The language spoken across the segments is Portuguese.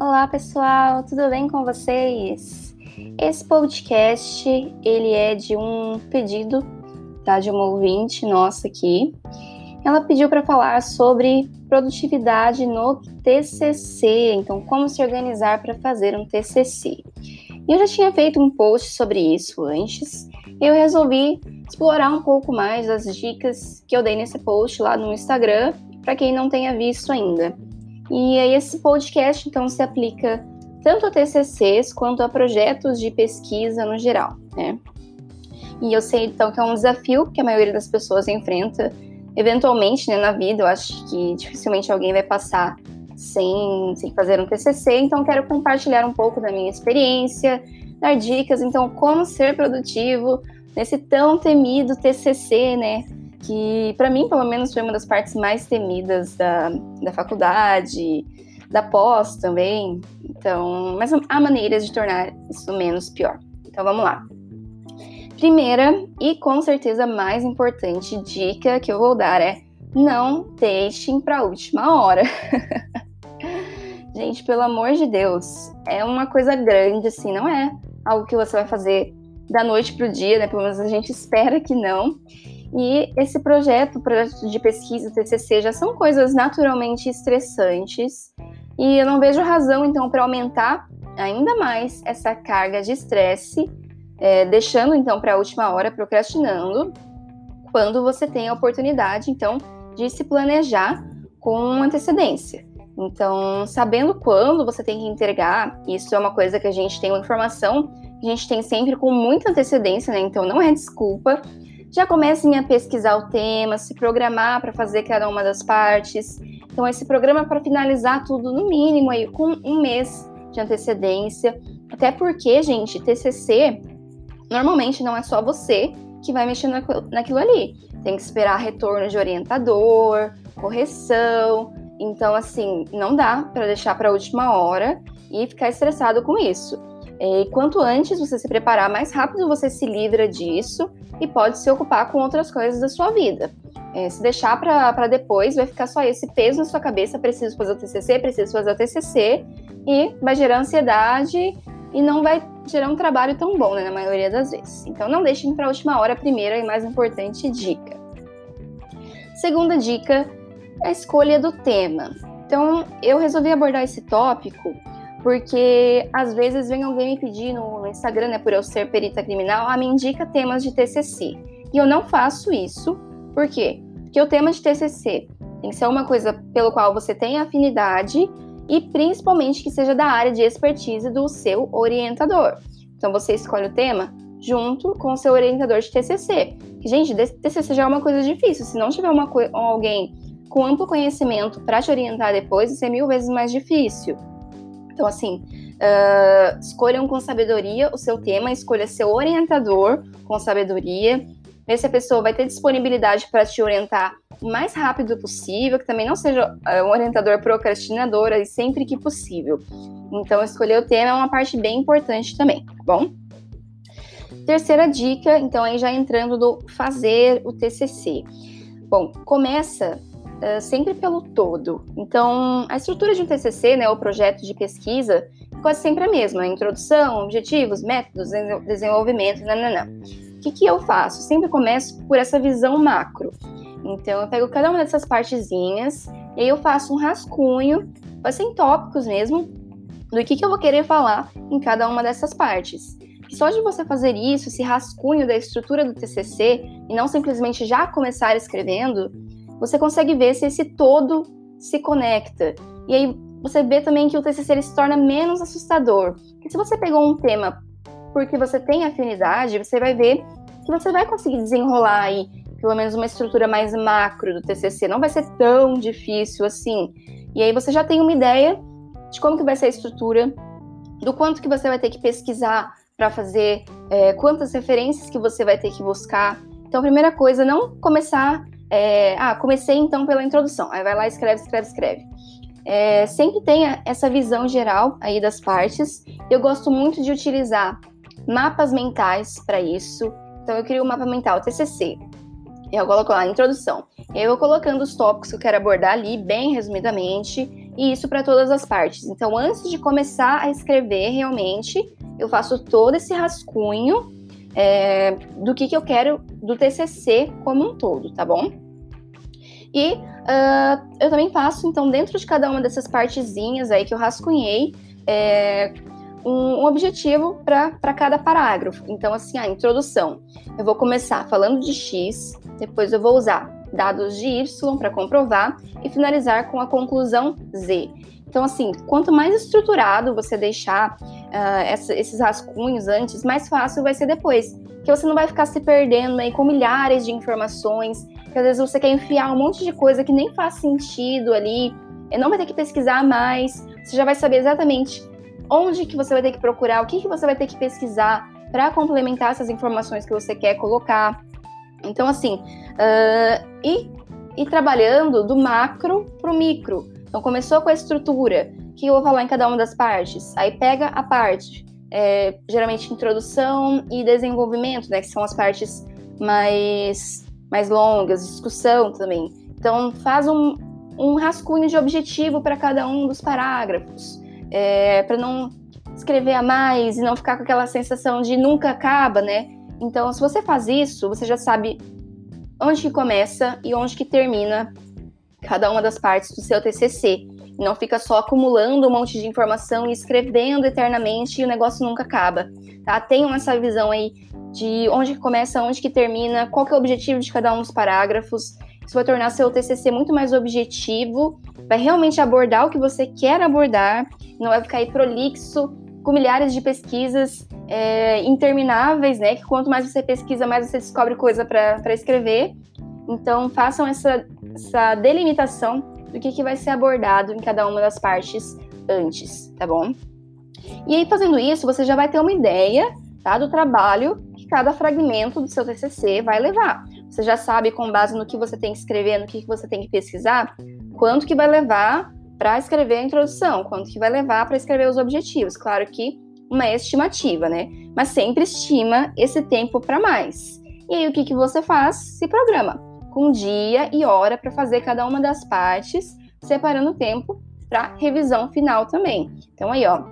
Olá pessoal, tudo bem com vocês? Esse podcast, ele é de um pedido, tá? De uma ouvinte nossa aqui. Ela pediu para falar sobre produtividade no TCC, então como se organizar para fazer um TCC. E eu já tinha feito um post sobre isso antes, e eu resolvi explorar um pouco mais as dicas que eu dei nesse post lá no Instagram, para quem não tenha visto ainda. E aí esse podcast, então, se aplica tanto a TCCs quanto a projetos de pesquisa no geral, né? E eu sei, então, que é um desafio que a maioria das pessoas enfrenta, eventualmente, né, na vida. Eu acho que dificilmente alguém vai passar sem fazer um TCC, então quero compartilhar um pouco da minha experiência, dar dicas, então, como ser produtivo nesse tão temido TCC, né? Que para mim, pelo menos, foi uma das partes mais temidas da faculdade, da pós também. Então, mas há maneiras de tornar isso menos pior. Então, vamos lá. Primeira e com certeza mais importante dica que eu vou dar é: não deixem para a última hora. Gente, pelo amor de Deus, é uma coisa grande, assim, não é algo que você vai fazer da noite para o dia, né? Pelo menos a gente espera que não. E esse projeto de pesquisa, TCC, já são coisas naturalmente estressantes, e eu não vejo razão, então, para aumentar ainda mais essa carga de estresse, deixando, então, para a última hora, procrastinando, quando você tem a oportunidade, então, de se planejar com antecedência. Então, sabendo quando você tem que entregar, isso é uma coisa que a gente tem uma informação, que a gente tem sempre com muita antecedência, né? Então, não é desculpa. Já comecem a pesquisar o tema, se programar para fazer cada uma das partes. Então, esse programa para finalizar tudo, no mínimo, aí, com um mês de antecedência. Até porque, gente, TCC, normalmente não é só você que vai mexer naquilo ali. Tem que esperar retorno de orientador, correção. Então, assim, não dá para deixar para a última hora e ficar estressado com isso. E quanto antes você se preparar, mais rápido você se livra disso e pode se ocupar com outras coisas da sua vida. Se deixar para depois, vai ficar só esse peso na sua cabeça: preciso fazer o TCC, e vai gerar ansiedade e não vai gerar um trabalho tão bom, né, na maioria das vezes. Então, não deixem para a última hora a primeira e mais importante dica. Segunda dica, a escolha do tema. Então, eu resolvi abordar esse tópico porque às vezes vem alguém me pedir no Instagram, né, por eu ser perita criminal, me indica temas de TCC. E eu não faço isso. Por quê? Porque o tema de TCC tem que ser uma coisa pelo qual você tem afinidade e principalmente que seja da área de expertise do seu orientador. Então você escolhe o tema junto com o seu orientador de TCC. Gente, TCC já é uma coisa difícil. Se não tiver alguém com amplo conhecimento para te orientar depois, isso é 1000 vezes mais difícil. Então, assim, escolham com sabedoria o seu tema, escolha seu orientador com sabedoria, vê se a pessoa vai ter disponibilidade para te orientar o mais rápido possível, que também não seja um orientador procrastinador, e sempre que possível. Então, escolher o tema é uma parte bem importante também, tá bom? Terceira dica, então, aí já entrando no fazer o TCC. Bom, começa sempre pelo todo. Então, a estrutura de um TCC, né, o projeto de pesquisa, é quase sempre a mesma: introdução, objetivos, métodos, desenvolvimento, O que eu faço? Sempre começo por essa visão macro. Então, eu pego cada uma dessas partezinhas e aí eu faço um rascunho, pode ser em tópicos mesmo, do que eu vou querer falar em cada uma dessas partes. E só de você fazer isso, esse rascunho da estrutura do TCC, e não simplesmente já começar escrevendo, você consegue ver se esse todo se conecta. E aí você vê também que o TCC ele se torna menos assustador. Porque se você pegou um tema porque você tem afinidade, você vai ver que você vai conseguir desenrolar aí pelo menos uma estrutura mais macro do TCC. Não vai ser tão difícil assim. E aí você já tem uma ideia de como que vai ser a estrutura, do quanto que você vai ter que pesquisar para fazer, quantas referências que você vai ter que buscar. Então, a primeira coisa, não começar... comecei então pela introdução. Aí vai lá, escreve. Sempre tenha essa visão geral aí das partes. Eu gosto muito de utilizar mapas mentais para isso. Então eu crio um mapa mental, TCC. Eu coloco lá a introdução. Eu vou colocando os tópicos que eu quero abordar ali, bem resumidamente. e isso para todas as partes. Então, antes de começar a escrever, realmente, eu faço todo esse rascunho do que eu quero do TCC como um todo, tá bom? E eu também faço, então, dentro de cada uma dessas partezinhas aí que eu rascunhei, um objetivo para cada parágrafo. Então, assim, a introdução. Eu vou começar falando de X, depois eu vou usar dados de Y para comprovar e finalizar com a conclusão Z. Então, assim, quanto mais estruturado você deixar esses rascunhos antes, mais fácil vai ser depois. Porque você não vai ficar se perdendo aí com milhares de informações, que às vezes você quer enfiar um monte de coisa que nem faz sentido ali, não vai ter que pesquisar mais, você já vai saber exatamente onde que você vai ter que procurar, o que você vai ter que pesquisar para complementar essas informações que você quer colocar. Então, assim, e trabalhando do macro para o micro. Então, começou com a estrutura, que eu vou falar em cada uma das partes. Aí pega a parte, geralmente introdução e desenvolvimento, né, que são as partes mais longas, discussão também. Então, faz um rascunho de objetivo para cada um dos parágrafos, para não escrever a mais e não ficar com aquela sensação de nunca acaba, né? Então, se você faz isso, você já sabe onde que começa e onde que termina cada uma das partes do seu TCC. E não fica só acumulando um monte de informação e escrevendo eternamente e o negócio nunca acaba, tá? Tenham essa visão aí de onde que começa, onde que termina, qual que é o objetivo de cada um dos parágrafos. Isso vai tornar seu TCC muito mais objetivo, vai realmente abordar o que você quer abordar, não vai ficar aí prolixo, com milhares de pesquisas intermináveis, né? Que quanto mais você pesquisa, mais você descobre coisa para escrever. Então, façam essa delimitação do que vai ser abordado em cada uma das partes antes, tá bom? E aí, fazendo isso, você já vai ter uma ideia, tá, do trabalho que cada fragmento do seu TCC vai levar. Você já sabe, com base no que você tem que escrever, no que você tem que pesquisar, quanto que vai levar para escrever a introdução, quanto que vai levar para escrever os objetivos. Claro que uma estimativa, né? Mas sempre estima esse tempo para mais. E aí, o que você faz? Se programa com dia e hora para fazer cada uma das partes, separando o tempo para revisão final também. Então, aí, ó,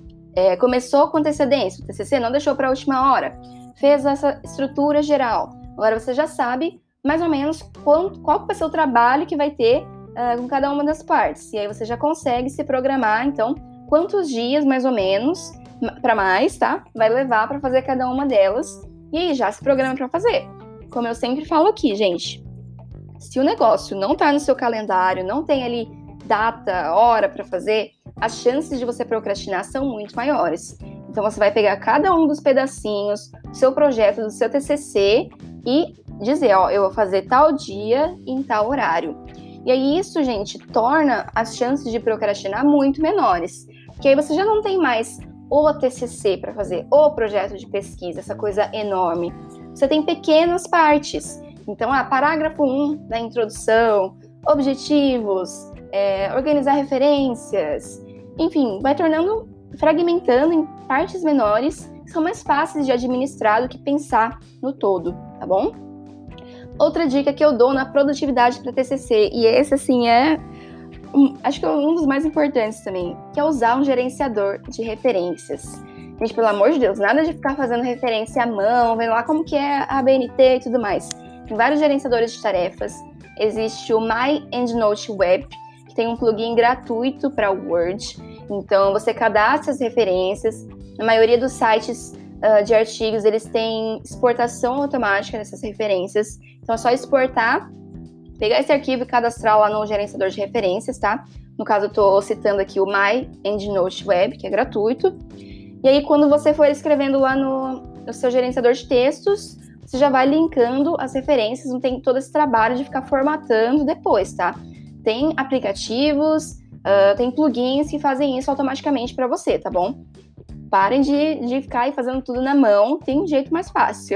começou com antecedência, o TCC não deixou para a última hora, fez essa estrutura geral. Agora você já sabe mais ou menos qual vai ser o trabalho que vai ter com cada uma das partes. E aí você já consegue se programar, então, quantos dias, mais ou menos, para mais, tá? Vai levar para fazer cada uma delas. E aí já se programa para fazer. Como eu sempre falo aqui, gente, se o negócio não tá no seu calendário, não tem ali data, hora para fazer, as chances de você procrastinar são muito maiores. Então você vai pegar cada um dos pedacinhos do seu projeto, do seu TCC e dizer, ó, eu vou fazer tal dia e em tal horário. E aí isso, gente, torna as chances de procrastinar muito menores. Porque aí você já não tem mais o TCC para fazer, o projeto de pesquisa, essa coisa enorme. Você tem pequenas partes. Então, parágrafo 1 da introdução, objetivos, organizar referências, enfim, vai fragmentando em partes menores, que são mais fáceis de administrar do que pensar no todo, tá bom? Outra dica que eu dou na produtividade para TCC, e esse, assim, acho que é um dos mais importantes também, que é usar um gerenciador de referências. Gente, pelo amor de Deus, nada de ficar fazendo referência à mão, vendo lá como que é a ABNT e tudo mais. Tem vários gerenciadores de tarefas. Existe o My EndNote Web, que tem um plugin gratuito para o Word. Então, você cadastra as referências. Na maioria dos sites de artigos, eles têm exportação automática dessas referências. Então, é só exportar, pegar esse arquivo e cadastrar lá no gerenciador de referências, tá? No caso, eu estou citando aqui o My EndNote Web, que é gratuito. E aí, quando você for escrevendo lá no seu gerenciador de textos, você já vai linkando as referências, não tem todo esse trabalho de ficar formatando depois, tá? Tem aplicativos, tem plugins que fazem isso automaticamente para você, tá bom? Parem de ficar aí fazendo tudo na mão, tem um jeito mais fácil.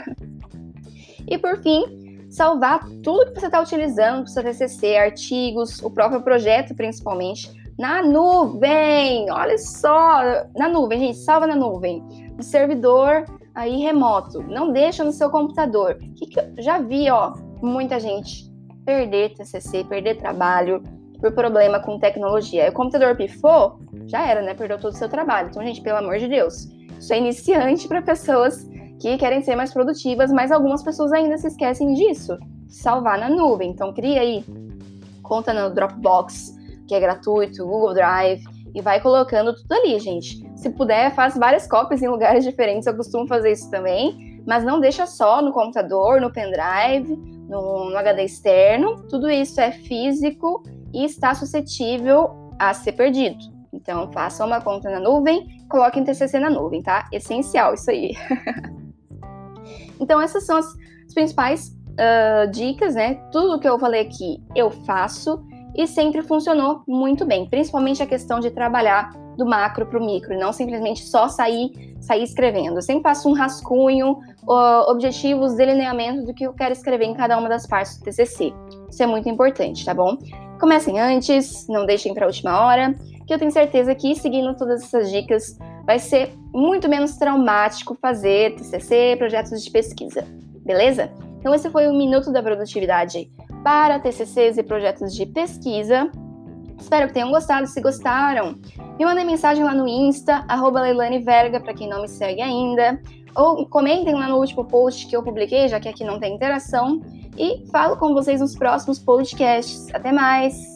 E por fim, salvar tudo que você está utilizando para o seu TCC, artigos, o próprio projeto principalmente, na nuvem. Olha só, na nuvem, gente, salva na nuvem. No servidor aí remoto, não deixa no seu computador. Que eu já vi, ó, muita gente perder TCC, perder trabalho, por problema com tecnologia. E o computador pifou, já era, né? Perdeu todo o seu trabalho. Então, gente, pelo amor de Deus, isso é iniciante para pessoas que querem ser mais produtivas, mas algumas pessoas ainda se esquecem disso, salvar na nuvem. Então, cria aí conta no Dropbox, que é gratuito, Google Drive, e vai colocando tudo ali, gente. Se puder, faz várias cópias em lugares diferentes, eu costumo fazer isso também, mas não deixa só no computador, no pendrive, no HD externo. Tudo isso é físico e está suscetível a ser perdido. Então, faça uma conta na nuvem, coloque em TCC na nuvem, tá? Essencial isso aí. Então, essas são as principais dicas, né? Tudo que eu falei aqui eu faço e sempre funcionou muito bem, principalmente a questão de trabalhar do macro para o micro, e não simplesmente só sair escrevendo. Eu sempre faço um rascunho, objetivos, delineamento do que eu quero escrever em cada uma das partes do TCC. Isso é muito importante, tá bom? Comecem antes, não deixem para a última hora, que eu tenho certeza que seguindo todas essas dicas vai ser muito menos traumático fazer TCC, projetos de pesquisa, beleza? Então esse foi o Minuto da Produtividade para TCCs e projetos de pesquisa. Espero que tenham gostado. Se gostaram, me mandem mensagem lá no Insta, @LeilaneVerga, para quem não me segue ainda, ou comentem lá no último post que eu publiquei, já que aqui não tem interação, e falo com vocês nos próximos podcasts. Até mais!